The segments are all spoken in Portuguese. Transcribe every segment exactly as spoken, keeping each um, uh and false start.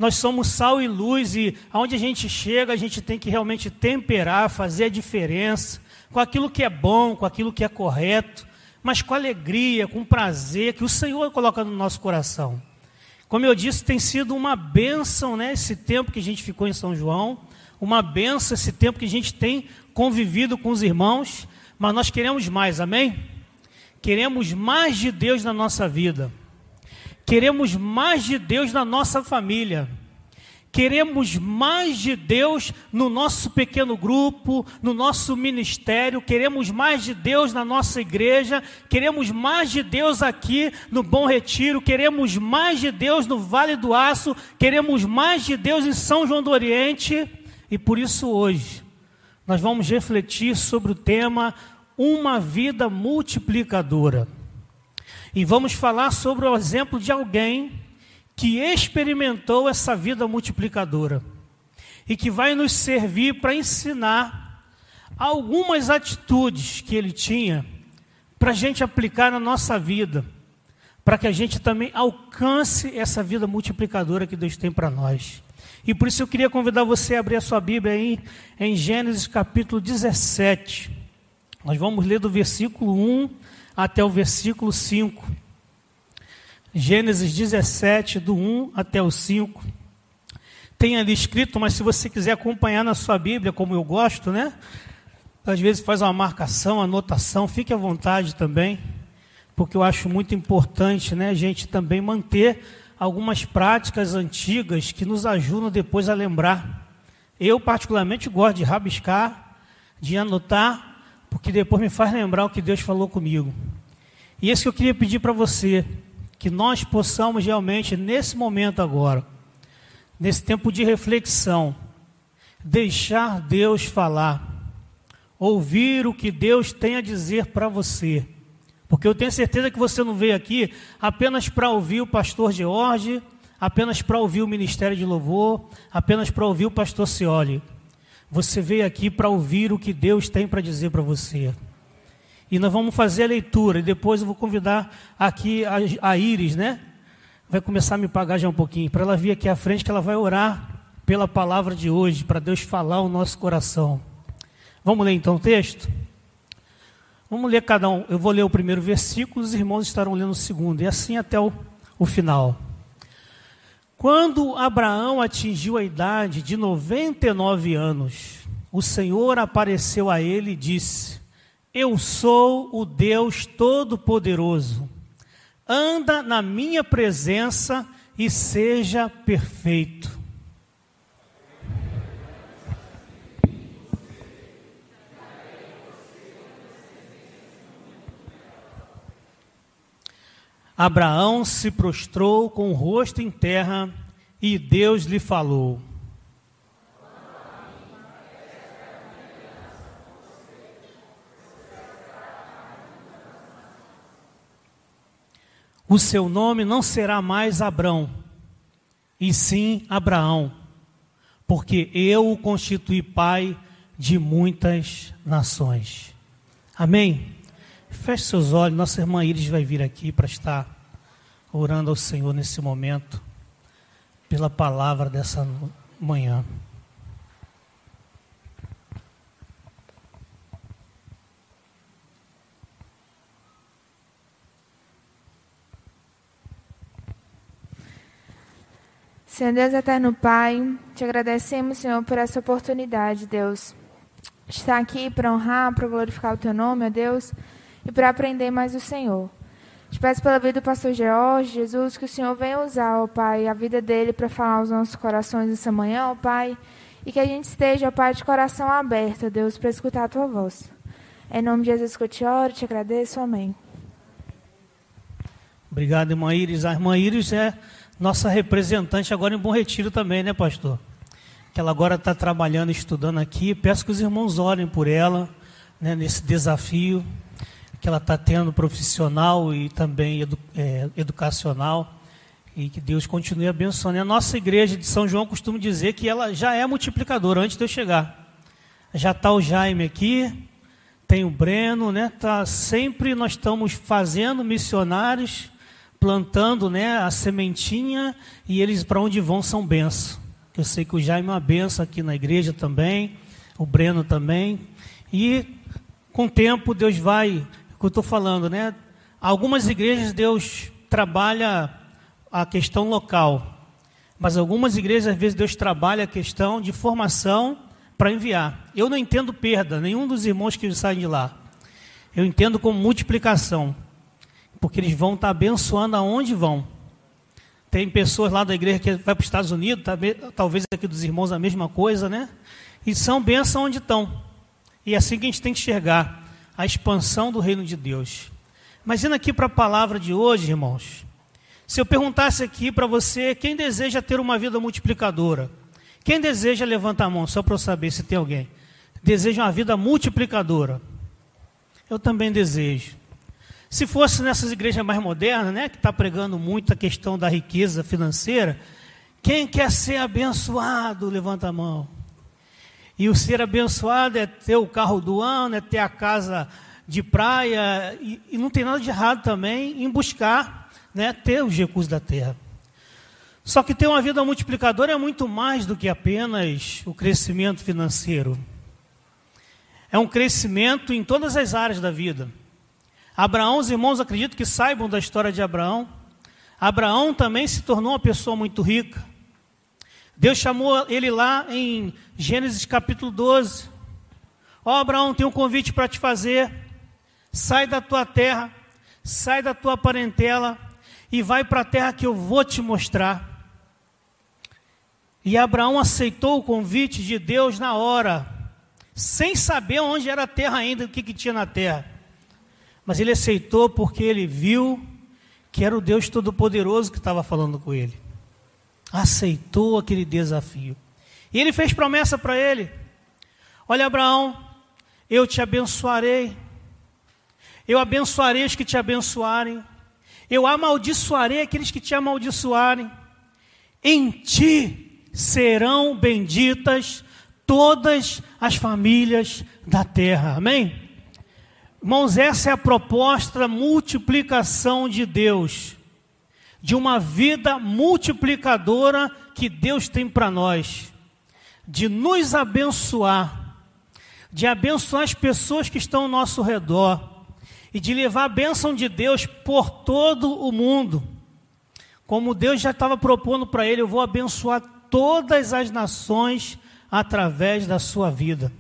nós somos sal e luz, e aonde a gente chega, a gente tem que realmente temperar, fazer a diferença, com aquilo que é bom, com aquilo que é correto, mas com alegria, com prazer, que o Senhor coloca no nosso coração. Como eu disse, tem sido uma bênção, né, esse tempo que a gente ficou em São João, uma bênção esse tempo que a gente tem convivido com os irmãos, mas nós queremos mais, amém? Queremos mais de Deus na nossa vida. Queremos mais de Deus na nossa família. Queremos mais de Deus no nosso pequeno grupo, no nosso ministério. Queremos mais de Deus na nossa igreja. Queremos mais de Deus aqui no Bom Retiro. Queremos mais de Deus no Vale do Aço. Queremos mais de Deus em São João do Oriente. E por isso hoje nós vamos refletir sobre o tema Uma Vida Multiplicadora. E vamos falar sobre o exemplo de alguém que experimentou essa vida multiplicadora e que vai nos servir para ensinar algumas atitudes que ele tinha para a gente aplicar na nossa vida, para que a gente também alcance essa vida multiplicadora que Deus tem para nós. E por isso eu queria convidar você a abrir a sua Bíblia aí em Gênesis capítulo dezessete. Nós vamos ler do versículo um até o versículo cinco. Gênesis dezessete, do um até o cinco. Tem ali escrito, mas se você quiser acompanhar na sua Bíblia, como eu gosto, né? Às vezes faz uma marcação, anotação, fique à vontade também, porque eu acho muito importante, né, a gente também manter algumas práticas antigas que nos ajudam depois a lembrar. Eu particularmente gosto de rabiscar, de anotar, porque depois me faz lembrar o que Deus falou comigo. E isso que eu queria pedir para você, que nós possamos realmente, nesse momento agora, nesse tempo de reflexão, deixar Deus falar, ouvir o que Deus tem a dizer para você. Porque eu tenho certeza que você não veio aqui apenas para ouvir o pastor George, apenas para ouvir o Ministério de Louvor, apenas para ouvir o pastor Cioli. Você veio aqui para ouvir o que Deus tem para dizer para você. E nós vamos fazer a leitura, e depois eu vou convidar aqui a, a Iris, né? Vai começar a me pagar já um pouquinho, para ela vir aqui à frente, que ela vai orar pela palavra de hoje, para Deus falar ao nosso coração. Vamos ler então o texto? Vamos ler cada um. Eu vou ler o primeiro versículo, os irmãos estarão lendo o segundo, e assim até o, o final. Quando Abraão atingiu a idade de noventa e nove anos, o Senhor apareceu a ele e disse: Eu sou o Deus Todo-Poderoso. Anda na minha presença e seja perfeito. Abraão se prostrou com o rosto em terra e Deus lhe falou: O seu nome não será mais Abrão, e sim Abraão, porque eu o constituí pai de muitas nações. Amém? Feche seus olhos, nossa irmã Iris vai vir aqui para estar orando ao Senhor nesse momento, pela palavra dessa manhã. Senhor Deus eterno Pai, te agradecemos, Senhor, por essa oportunidade, Deus, de estar aqui para honrar, para glorificar o teu nome, ó Deus, e para aprender mais do Senhor. Te peço pela vida do pastor George, Jesus, que o Senhor venha usar, ó Pai, a vida dele para falar aos nossos corações essa manhã, ó Pai, e que a gente esteja, ó Pai, de coração aberto, ó Deus, para escutar a tua voz. Em nome de Jesus que eu te oro, te agradeço, amém. Obrigado, irmã Iris. A irmã Iris é nossa representante agora em Bom Retiro também, né, pastor? Que ela agora está trabalhando, estudando aqui. Peço que os irmãos orem por ela, né, nesse desafio que ela está tendo profissional e também edu, é, educacional, e que Deus continue abençoando. A nossa igreja de São João costuma dizer que ela já é multiplicadora antes de eu chegar. Já está o Jaime aqui, tem o Breno, né? Tá, sempre nós estamos fazendo missionários plantando, né, a sementinha, e eles para onde vão são bênçãos. Eu sei que o Jaime é uma bênção aqui na igreja também, o Breno também, e com o tempo Deus vai, o que eu estou falando, né? Algumas igrejas Deus trabalha a questão local, mas algumas igrejas às vezes Deus trabalha a questão de formação para enviar. Eu não entendo perda, nenhum dos irmãos que saem de lá. Eu entendo como multiplicação, porque eles vão estar abençoando aonde vão. Tem pessoas lá da igreja que vai para os Estados Unidos, talvez aqui dos irmãos a mesma coisa, né? E são bênçãos onde estão. E é assim que a gente tem que enxergar a expansão do reino de Deus. Mas indo aqui para a palavra de hoje, irmãos, se eu perguntasse aqui para você, quem deseja ter uma vida multiplicadora? Quem deseja, levanta a mão, só para eu saber se tem alguém. Deseja uma vida multiplicadora? Eu também desejo. Se fosse nessas igrejas mais modernas, né, que está pregando muito a questão da riqueza financeira, quem quer ser abençoado, levanta a mão. E o ser abençoado é ter o carro do ano, é ter a casa de praia, e, e não tem nada de errado também em buscar, né, ter os recursos da terra. Só que ter uma vida multiplicadora é muito mais do que apenas o crescimento financeiro. É um crescimento em todas as áreas da vida. Abraão, os irmãos acredito que saibam da história de Abraão. Abraão também se tornou uma pessoa muito rica. Deus chamou ele lá em Gênesis capítulo doze. Ó, Abraão, tem um convite para te fazer. Sai da tua terra, sai da tua parentela e vai para a terra que eu vou te mostrar. E Abraão aceitou o convite de Deus na hora, sem saber onde era a terra ainda, o que, que tinha na terra. Mas ele aceitou porque ele viu que era o Deus Todo-Poderoso que estava falando com ele. Aceitou aquele desafio. E ele fez promessa para ele. Olha, Abraão, eu te abençoarei. Eu abençoarei os que te abençoarem. Eu amaldiçoarei aqueles que te amaldiçoarem. Em ti serão benditas todas as famílias da terra. Amém? Irmãos, essa é a proposta da multiplicação de Deus, de uma vida multiplicadora que Deus tem para nós, de nos abençoar, de abençoar as pessoas que estão ao nosso redor e de levar a bênção de Deus por todo o mundo. Como Deus já estava propondo para ele, eu vou abençoar todas as nações através da sua vida.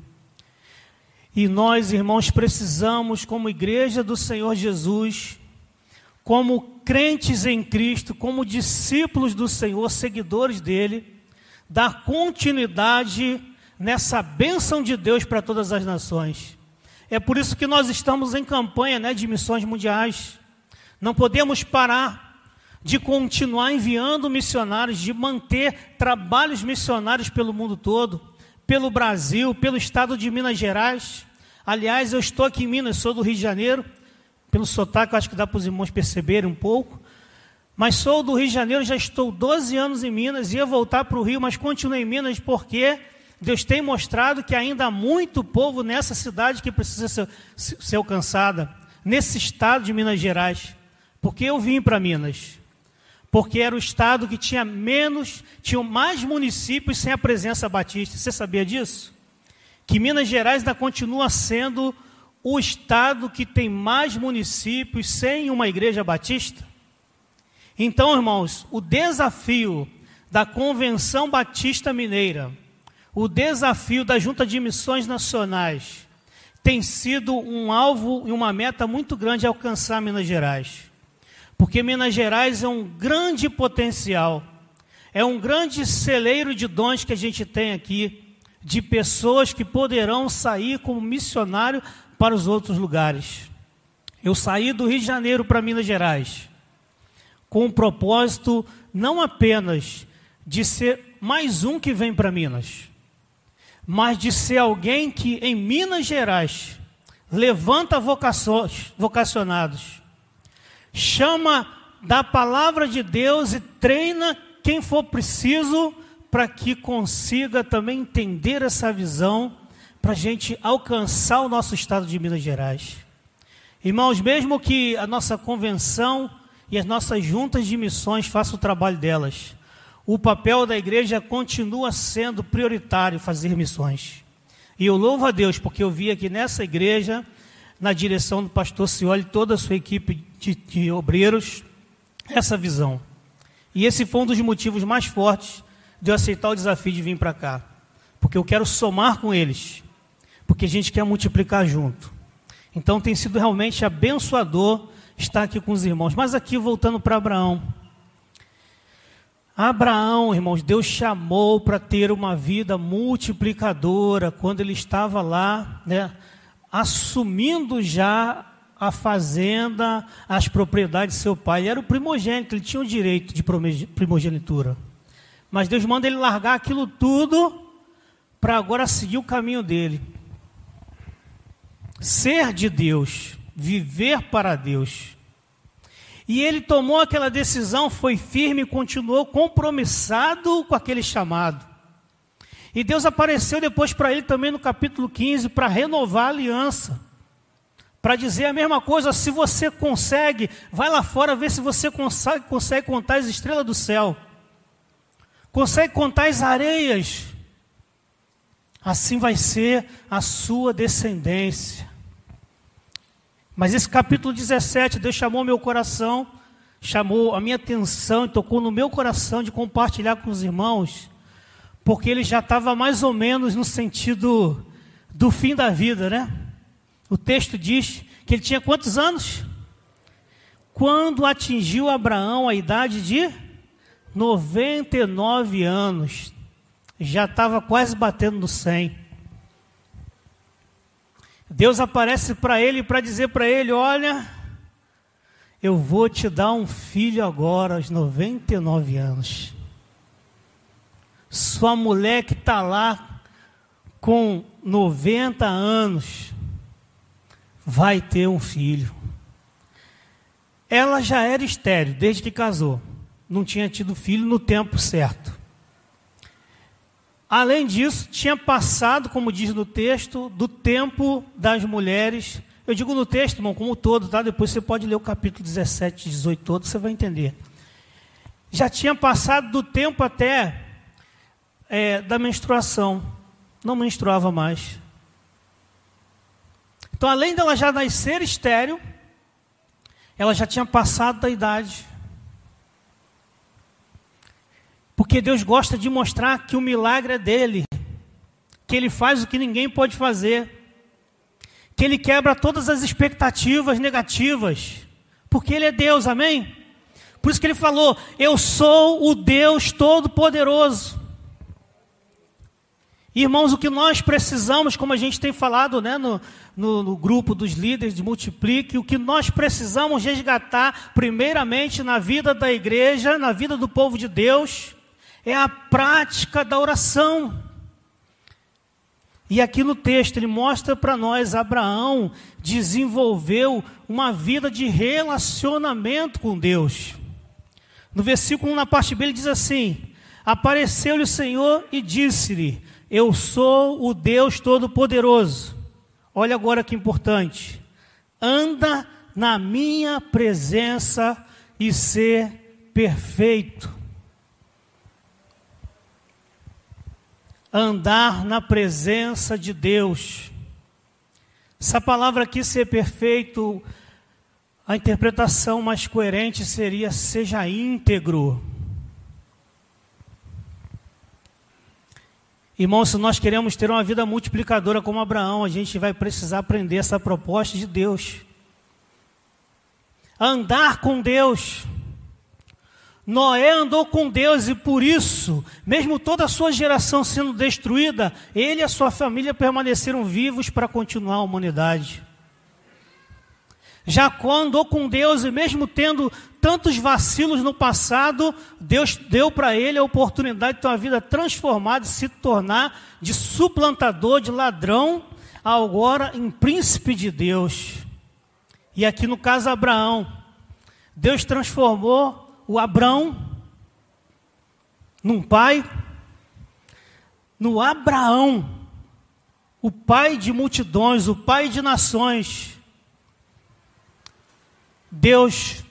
E nós, irmãos, precisamos, como igreja do Senhor Jesus, como crentes em Cristo, como discípulos do Senhor, seguidores dele, dar continuidade nessa bênção de Deus para todas as nações. É por isso que nós estamos em campanha, né, de missões mundiais. Não podemos parar de continuar enviando missionários, de manter trabalhos missionários pelo mundo todo, pelo Brasil, pelo estado de Minas Gerais. Aliás, eu estou aqui em Minas, sou do Rio de Janeiro, pelo sotaque, eu acho que dá para os irmãos perceberem um pouco, mas sou do Rio de Janeiro, já estou doze anos em Minas, ia voltar para o Rio, mas continuo em Minas porque Deus tem mostrado que ainda há muito povo nessa cidade que precisa ser, ser alcançada, nesse estado de Minas Gerais, porque eu vim para Minas, porque era o estado que tinha menos, tinha mais municípios sem a presença batista. Você sabia disso? Que Minas Gerais ainda continua sendo o estado que tem mais municípios sem uma igreja batista? Então, irmãos, o desafio da Convenção Batista Mineira, o desafio da Junta de Missões Nacionais, tem sido um alvo e uma meta muito grande a alcançar Minas Gerais. Porque Minas Gerais é um grande potencial, é um grande celeiro de dons que a gente tem aqui, de pessoas que poderão sair como missionário para os outros lugares. Eu saí do Rio de Janeiro para Minas Gerais, com o propósito não apenas de ser mais um que vem para Minas, mas de ser alguém que em Minas Gerais levanta vocações, vocacionados, chama da palavra de Deus e treina quem for preciso para que consiga também entender essa visão, para a gente alcançar o nosso estado de Minas Gerais. Irmãos, mesmo que a nossa convenção e as nossas juntas de missões façam o trabalho delas. O papel da igreja continua sendo prioritário, fazer missões. E eu louvo a Deus, porque eu vi aqui nessa igreja, na direção do pastor Cioli e toda a sua equipe de, de obreiros, essa visão. E esse foi um dos motivos mais fortes de eu aceitar o desafio de vir para cá. Porque eu quero somar com eles, porque a gente quer multiplicar junto. Então tem sido realmente abençoador estar aqui com os irmãos. Mas aqui, voltando para Abraão. Abraão, irmãos, Deus chamou para ter uma vida multiplicadora quando ele estava lá, né, assumindo já a fazenda, as propriedades de seu pai. Ele era o primogênito, ele tinha o direito de primogenitura. Mas Deus manda ele largar aquilo tudo para agora seguir o caminho dele. Ser de Deus, viver para Deus. E ele tomou aquela decisão, foi firme e continuou compromissado com aquele chamado. E Deus apareceu depois para ele também no capítulo quinze para renovar a aliança. Para dizer a mesma coisa, se você consegue, vai lá fora ver se você consegue, consegue contar as estrelas do céu. Consegue contar as areias. Assim vai ser a sua descendência. Mas esse capítulo dezessete, Deus chamou meu coração, chamou a minha atenção e tocou no meu coração de compartilhar com os irmãos, porque ele já estava mais ou menos no sentido do fim da vida, né? O texto diz que ele tinha quantos anos? Quando atingiu Abraão a idade de noventa e nove anos, já estava quase batendo no cem. Deus aparece para ele para dizer para ele, olha, eu vou te dar um filho agora aos noventa e nove anos. Sua mulher que está lá com noventa anos vai ter um filho. Ela já era estéril desde que casou. Não tinha tido filho no tempo certo. Além disso, tinha passado, como diz no texto, do tempo das mulheres. Eu digo no texto, irmão, como todo, tá? Depois você pode ler o capítulo dezessete, dezoito todo, você vai entender. Já tinha passado do tempo até é, da menstruação. Não menstruava mais. Então, além dela já nascer estéril, ela já tinha passado da idade. Porque Deus gosta de mostrar que o milagre é dele, que ele faz o que ninguém pode fazer, que ele quebra todas as expectativas negativas, porque ele é Deus, amém? Por isso que ele falou, eu sou o Deus Todo-Poderoso. Irmãos, o que nós precisamos, como a gente tem falado, né, no, no, no grupo dos líderes de Multiplique, o que nós precisamos resgatar primeiramente na vida da igreja, na vida do povo de Deus, é a prática da oração. E aqui no texto ele mostra para nós, Abraão desenvolveu uma vida de relacionamento com Deus. No versículo um, na parte B, ele diz assim, apareceu-lhe o Senhor e disse-lhe, eu sou o Deus Todo-Poderoso. Olha agora que importante. Anda na minha presença e ser perfeito. Andar na presença de Deus. Essa palavra aqui, ser perfeito, a interpretação mais coerente seria seja íntegro. Irmãos, se nós queremos ter uma vida multiplicadora como Abraão, a gente vai precisar aprender essa proposta de Deus. Andar com Deus. Noé andou com Deus e por isso, mesmo toda a sua geração sendo destruída, ele e a sua família permaneceram vivos para continuar a humanidade. Jacó andou com Deus e mesmo tendo tantos vacilos no passado, Deus deu para ele a oportunidade de ter uma vida transformada e se tornar de suplantador, de ladrão, agora em príncipe de Deus. E aqui no caso Abraão, Deus transformou o Abrão num pai, no Abraão, o pai de multidões, o pai de nações. Deus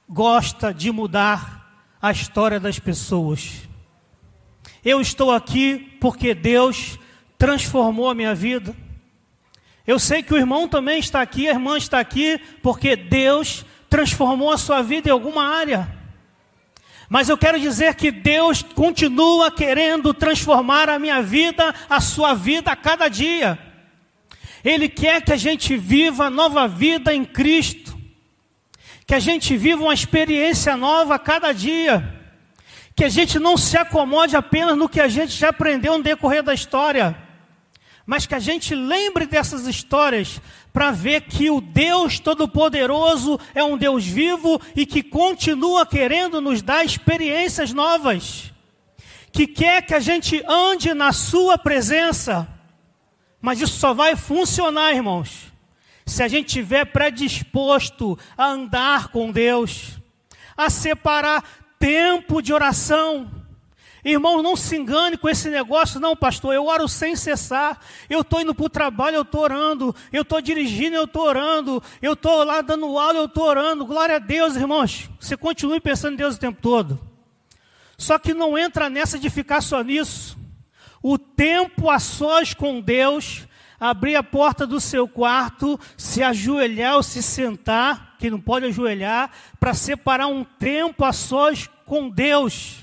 gosta de mudar a história das pessoas. Eu estou aqui porque Deus transformou a minha vida. Eu sei que o irmão também está aqui, a irmã está aqui, porque Deus transformou a sua vida em alguma área. Mas eu quero dizer que Deus continua querendo transformar a minha vida, a sua vida a cada dia. Ele quer que a gente viva nova vida em Cristo. Que a gente viva uma experiência nova a cada dia. Que a gente não se acomode apenas no que a gente já aprendeu no decorrer da história. Mas que a gente lembre dessas histórias para ver que o Deus Todo-Poderoso é um Deus vivo e que continua querendo nos dar experiências novas. Que quer que a gente ande na sua presença. Mas isso só vai funcionar, irmãos, se a gente estiver predisposto a andar com Deus, a separar tempo de oração. Irmão, não se engane com esse negócio, não, pastor, eu oro sem cessar, eu estou indo para o trabalho, eu estou orando, eu estou dirigindo, eu estou orando, eu estou lá dando aula, eu estou orando, glória a Deus, irmãos, você continue pensando em Deus o tempo todo, só que não entra nessa de ficar só nisso, o tempo a sós com Deus, abrir a porta do seu quarto, se ajoelhar ou se sentar, que não pode ajoelhar, para separar um tempo a sós com Deus.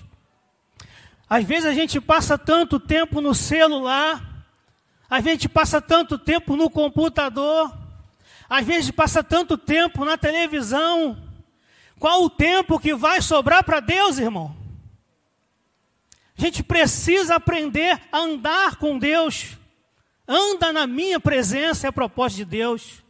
Às vezes a gente passa tanto tempo no celular, às vezes a gente passa tanto tempo no computador, às vezes passa tanto tempo na televisão. Qual o tempo que vai sobrar para Deus, irmão? A gente precisa aprender a andar com Deus. Anda na minha presença, é a proposta de Deus.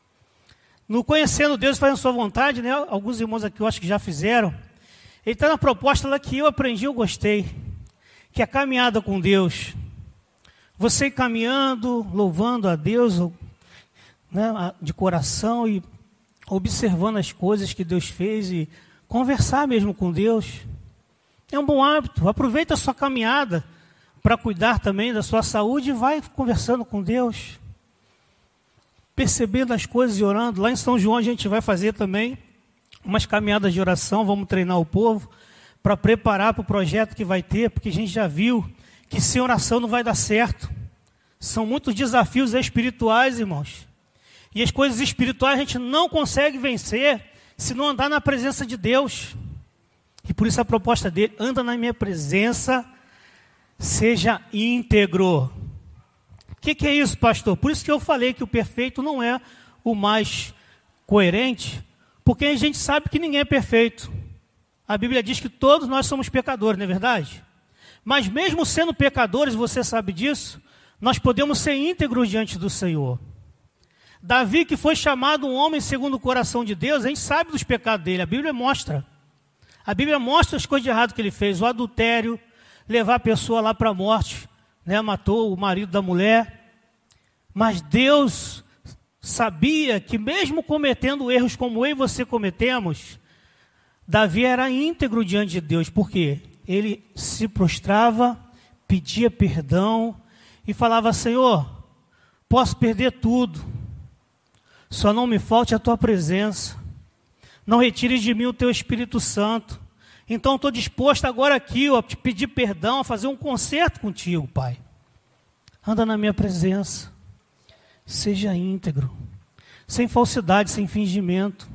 No Conhecendo Deus e Fazendo Sua Vontade, né? Alguns irmãos aqui eu acho que já fizeram. Ele está na proposta lá que eu aprendi, eu gostei. Que é a caminhada com Deus. Você ir caminhando, louvando a Deus, né, de coração e observando as coisas que Deus fez e conversar mesmo com Deus. É um bom hábito. Aproveita a sua caminhada para cuidar também da sua saúde e vai conversando com Deus. Percebendo as coisas e orando. Lá em São João a gente vai fazer também umas caminhadas de oração, vamos treinar o povo para preparar para o projeto que vai ter, porque a gente já viu que sem oração não vai dar certo. São muitos desafios espirituais, irmãos. E as coisas espirituais a gente não consegue vencer se não andar na presença de Deus. E por isso a proposta dele, anda na minha presença, seja íntegro. O que, que é isso, pastor? Por isso que eu falei que o perfeito não é o mais coerente, porque a gente sabe que ninguém é perfeito. A Bíblia diz que todos nós somos pecadores, não é verdade? Mas mesmo sendo pecadores, você sabe disso, nós podemos ser íntegros diante do Senhor. Davi, que foi chamado um homem segundo o coração de Deus, a gente sabe dos pecados dele, a Bíblia mostra. A Bíblia mostra as coisas de errado que ele fez, o adultério, levar a pessoa lá para a morte, né? Matou o marido da mulher. Mas Deus sabia que mesmo cometendo erros como eu e você cometemos, Davi era íntegro diante de Deus. Por quê? Ele se prostrava, pedia perdão e falava: Senhor, posso perder tudo, só não me falte a tua presença. Não retires de mim o teu Espírito Santo. Então estou disposto agora aqui, ó, a te pedir perdão, a fazer um concerto contigo, Pai. Anda na minha presença. Seja íntegro. Sem falsidade, sem fingimento.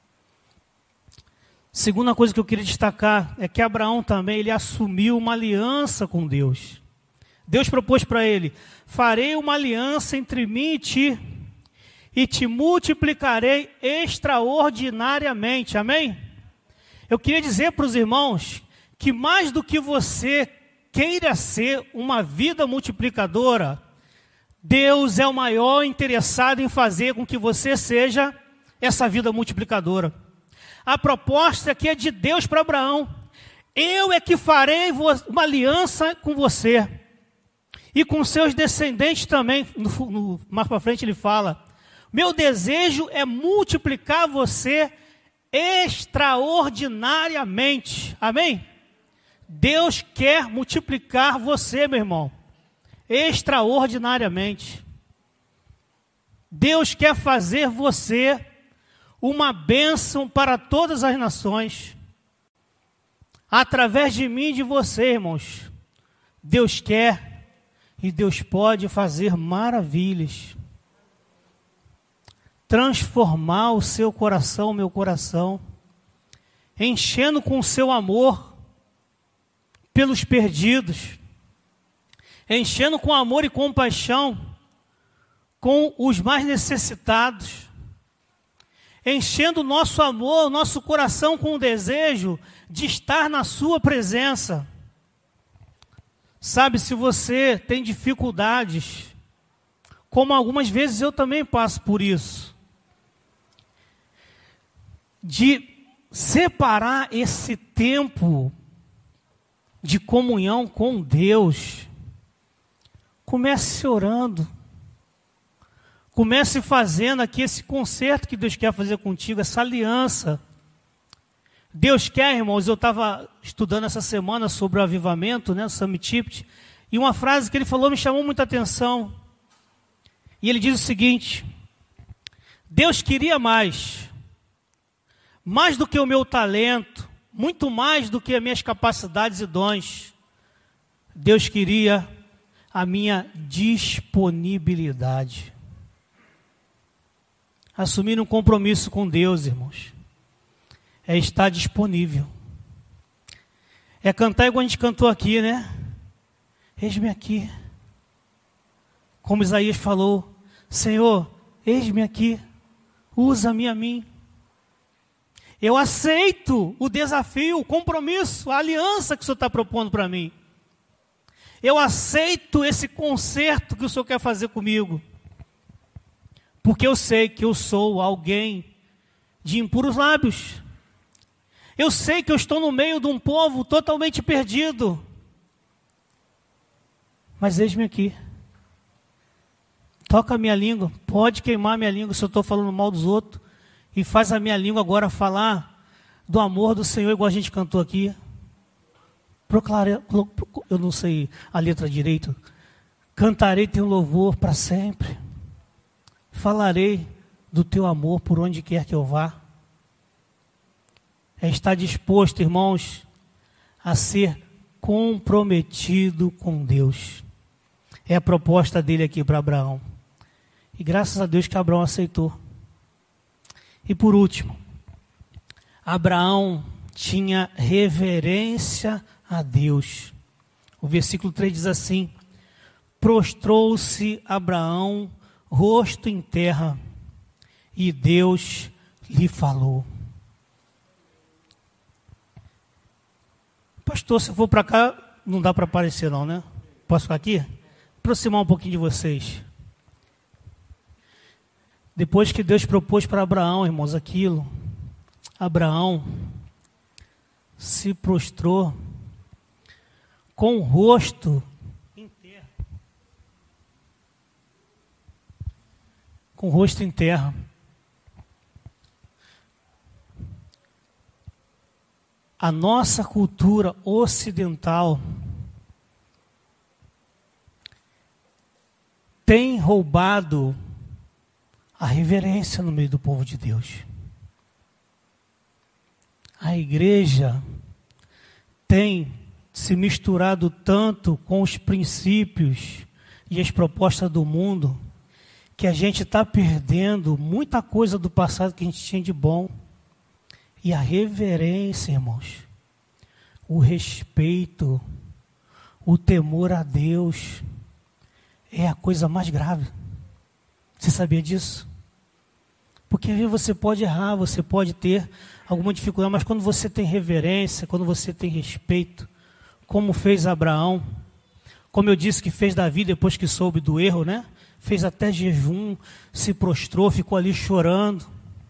Segunda coisa que eu queria destacar é que Abraão também, ele assumiu uma aliança com Deus. Deus propôs para ele: farei uma aliança entre mim e ti, e te multiplicarei extraordinariamente. Amém? Eu queria dizer para os irmãos que mais do que você queira ser uma vida multiplicadora, Deus é o maior interessado em fazer com que você seja essa vida multiplicadora. A proposta aqui é de Deus para Abraão: eu é que farei uma aliança com você e com seus descendentes também. No, no, mais para frente ele fala: meu desejo é multiplicar você extraordinariamente. Amém? Deus quer multiplicar você, meu irmão, extraordinariamente. Deus quer fazer você uma bênção para todas as nações. Através de mim e de você, irmãos, Deus quer e Deus pode fazer maravilhas. Transformar o seu coração, o meu coração, enchendo com o seu amor pelos perdidos, enchendo com amor e compaixão com os mais necessitados, enchendo o nosso amor, o nosso coração com o desejo de estar na sua presença. Sabe, se você tem dificuldades, como algumas vezes eu também passo por isso, de separar esse tempo de comunhão com Deus, comece orando, comece fazendo aqui esse concerto que Deus quer fazer contigo, essa aliança. Deus quer, irmãos, eu estava estudando essa semana sobre o avivamento, né, o Summit, e uma frase que ele falou me chamou muita atenção. E ele diz o seguinte: Deus queria mais, mais do que o meu talento, muito mais do que as minhas capacidades e dons. Deus queria a minha disponibilidade. Assumir um compromisso com Deus, irmãos, é estar disponível. É cantar igual a gente cantou aqui, né? Eis-me aqui. Como Isaías falou: Senhor, eis-me aqui, usa-me a mim. Eu aceito o desafio, o compromisso, a aliança que o Senhor está propondo para mim. Eu aceito esse concerto que o Senhor quer fazer comigo. Porque eu sei que eu sou alguém de impuros lábios. Eu sei que eu estou no meio de um povo totalmente perdido. Mas eis-me aqui. Toca a minha língua, pode queimar a minha língua se eu estou falando mal dos outros. E faz a minha língua agora falar do amor do Senhor, igual a gente cantou aqui. Proclarei, eu não sei a letra direito. Cantarei teu louvor para sempre. Falarei do teu amor por onde quer que eu vá. É estar disposto, irmãos, a ser comprometido com Deus. É a proposta dele aqui para Abraão. E graças a Deus que Abraão aceitou. E por último, Abraão tinha reverência a Deus. O versículo três diz assim: prostrou-se Abraão, rosto em terra, e Deus lhe falou. Pastor, se eu for para cá, não dá para aparecer não, né? Posso ficar aqui? Aproximar um pouquinho de vocês. Depois que Deus propôs para Abraão, irmãos, aquilo, Abraão se prostrou com o rosto em terra. Com o rosto em terra. A nossa cultura ocidental tem roubado a reverência no meio do povo de Deus. A igreja tem se misturado tanto com os princípios e as propostas do mundo, que a gente está perdendo muita coisa do passado que a gente tinha de bom. E a reverência, irmãos, o respeito, o temor a Deus, é a coisa mais grave. Você sabia disso? Porque às vezes você pode errar, você pode ter alguma dificuldade, mas quando você tem reverência, quando você tem respeito, como fez Abraão, como eu disse que fez Davi depois que soube do erro, né? Fez até jejum, se prostrou, ficou ali chorando.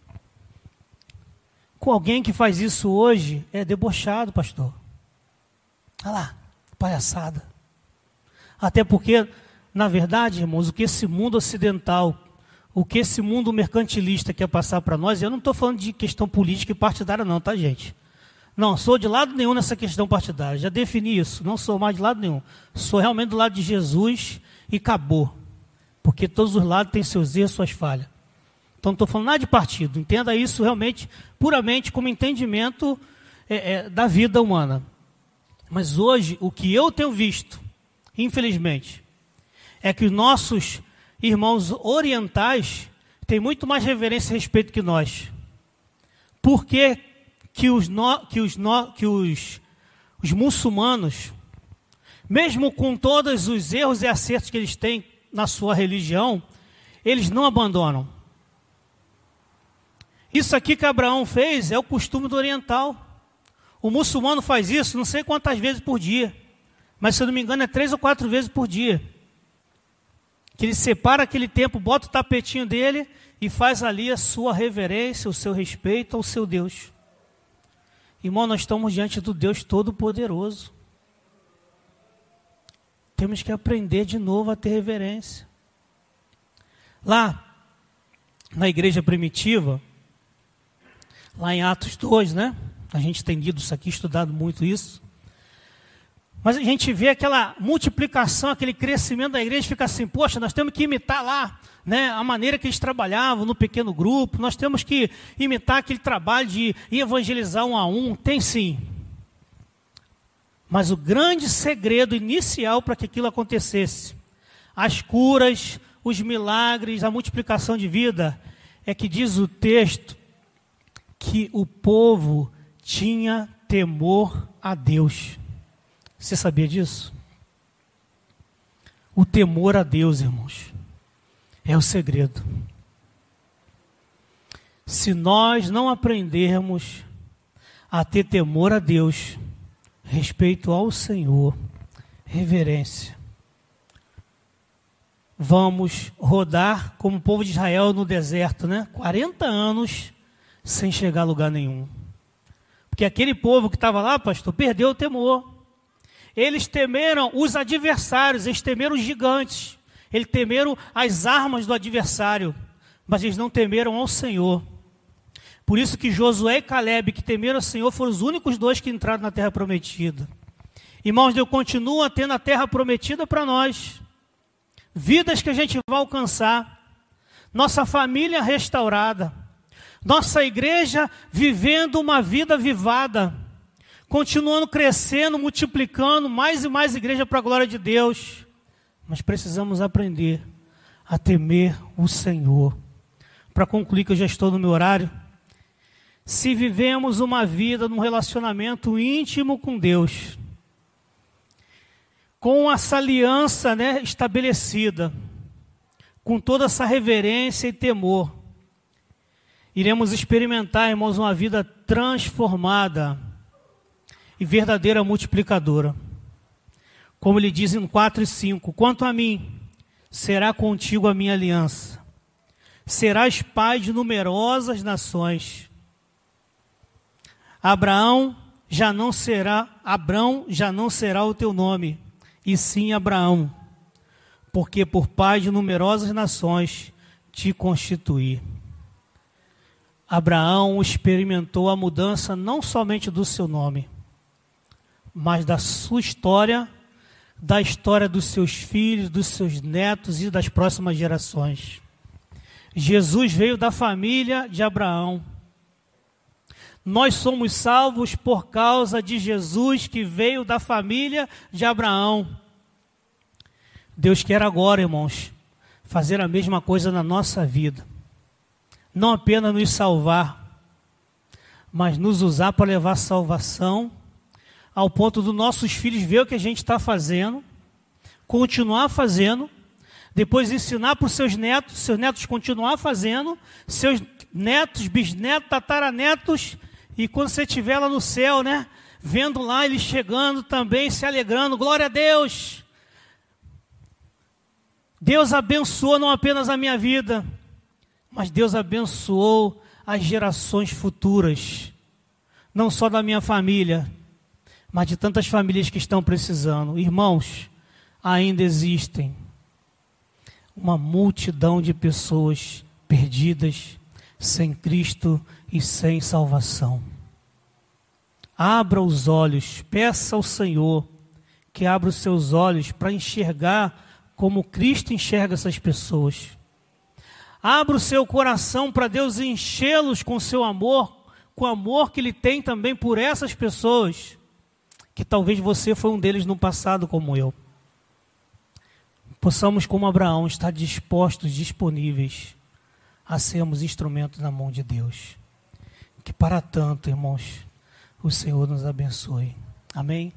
Com alguém que faz isso hoje, é debochado, pastor. Olha lá, palhaçada. Até porque, na verdade, irmãos, o que esse mundo ocidental, o que esse mundo mercantilista quer passar para nós, eu não estou falando de questão política e partidária não, tá, gente? Não, sou de lado nenhum nessa questão partidária, já defini isso, não sou mais de lado nenhum. Sou realmente do lado de Jesus e acabou. Porque todos os lados têm seus erros, suas falhas. Então não estou falando nada de partido, entenda isso realmente, puramente como entendimento é, é, da vida humana. Mas hoje, o que eu tenho visto, infelizmente, é que os nossos irmãos orientais têm muito mais reverência e respeito que nós. Por que que os, no, que os, no, que os, os muçulmanos, mesmo com todos os erros e acertos que eles têm na sua religião, eles não abandonam? Isso aqui que Abraão fez é o costume do oriental. O muçulmano faz isso não sei quantas vezes por dia, mas se eu não me engano é três ou quatro vezes por dia. Que ele separa aquele tempo, bota o tapetinho dele e faz ali a sua reverência, o seu respeito ao seu Deus. Irmão, nós estamos diante do Deus Todo-Poderoso. Temos que aprender de novo a ter reverência. Lá, na igreja primitiva, lá em Atos dois, né? A gente tem lido isso aqui, estudado muito isso. Mas a gente vê aquela multiplicação, aquele crescimento da igreja, fica assim, poxa, nós temos que imitar lá, né, a maneira que eles trabalhavam no pequeno grupo, nós temos que imitar aquele trabalho de evangelizar um a um. Tem sim. Mas o grande segredo inicial para que aquilo acontecesse, as curas, os milagres, a multiplicação de vida, é que diz o texto que o povo tinha temor a Deus. Você sabia disso? O temor a Deus, irmãos, é o segredo. Se nós não aprendermos a ter temor a Deus, respeito ao Senhor, reverência, vamos rodar como o povo de Israel no deserto, né? quarenta anos sem chegar a lugar nenhum. Porque aquele povo que estava lá, pastor, perdeu o temor. Eles temeram os adversários, eles temeram os gigantes, eles temeram as armas do adversário, mas eles não temeram ao Senhor. Por isso que Josué e Caleb, que temeram ao Senhor, foram os únicos dois que entraram na terra prometida. Irmãos, Deus continua tendo a terra prometida para nós, vidas que a gente vai alcançar, nossa família restaurada, nossa igreja vivendo uma vida avivada, continuando crescendo, multiplicando, mais e mais igreja para a glória de Deus. Mas precisamos aprender a temer o Senhor. Para concluir, que eu já estou no meu horário, se vivemos uma vida num relacionamento íntimo com Deus, com essa aliança, né, estabelecida, com toda essa reverência e temor, iremos experimentar, irmãos, uma vida transformada e verdadeira multiplicadora. Como ele diz em quatro e cinco, quanto a mim, será contigo a minha aliança. Serás pai de numerosas nações. Abraão já não será, Abrão já não será o teu nome, e sim Abraão, porque por pai de numerosas nações te constituí. Abraão experimentou a mudança não somente do seu nome, mas da sua história, da história dos seus filhos, dos seus netos e das próximas gerações. Jesus veio da família de Abraão. Nós somos salvos por causa de Jesus, que veio da família de Abraão. Deus quer agora, irmãos, fazer a mesma coisa na nossa vida. Não apenas nos salvar, mas nos usar para levar salvação, ao ponto dos nossos filhos ver o que a gente está fazendo, continuar fazendo, depois ensinar para os seus netos, seus netos continuar fazendo, seus netos, bisnetos, tataranetos, e quando você estiver lá no céu, né, vendo lá eles chegando também, se alegrando, glória a Deus. Deus abençoou não apenas a minha vida, mas Deus abençoou as gerações futuras, não só da minha família, mas de tantas famílias que estão precisando. Irmãos, ainda existem uma multidão de pessoas perdidas, sem Cristo e sem salvação. Abra os olhos, peça ao Senhor que abra os seus olhos para enxergar como Cristo enxerga essas pessoas. Abra o seu coração para Deus enchê-los com seu amor, com o amor que Ele tem também por essas pessoas, que talvez você foi um deles no passado como eu. Possamos, como Abraão, estar dispostos, disponíveis a sermos instrumentos na mão de Deus. Que para tanto, irmãos, o Senhor nos abençoe. Amém?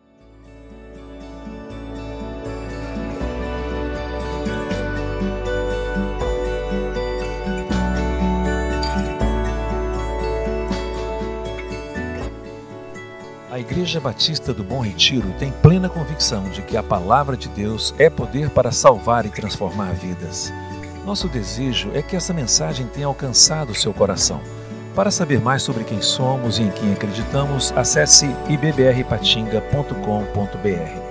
A Igreja Batista do Bom Retiro tem plena convicção de que a Palavra de Deus é poder para salvar e transformar vidas. Nosso desejo é que essa mensagem tenha alcançado o seu coração. Para saber mais sobre quem somos e em quem acreditamos, acesse i b b r patinga ponto com ponto b r.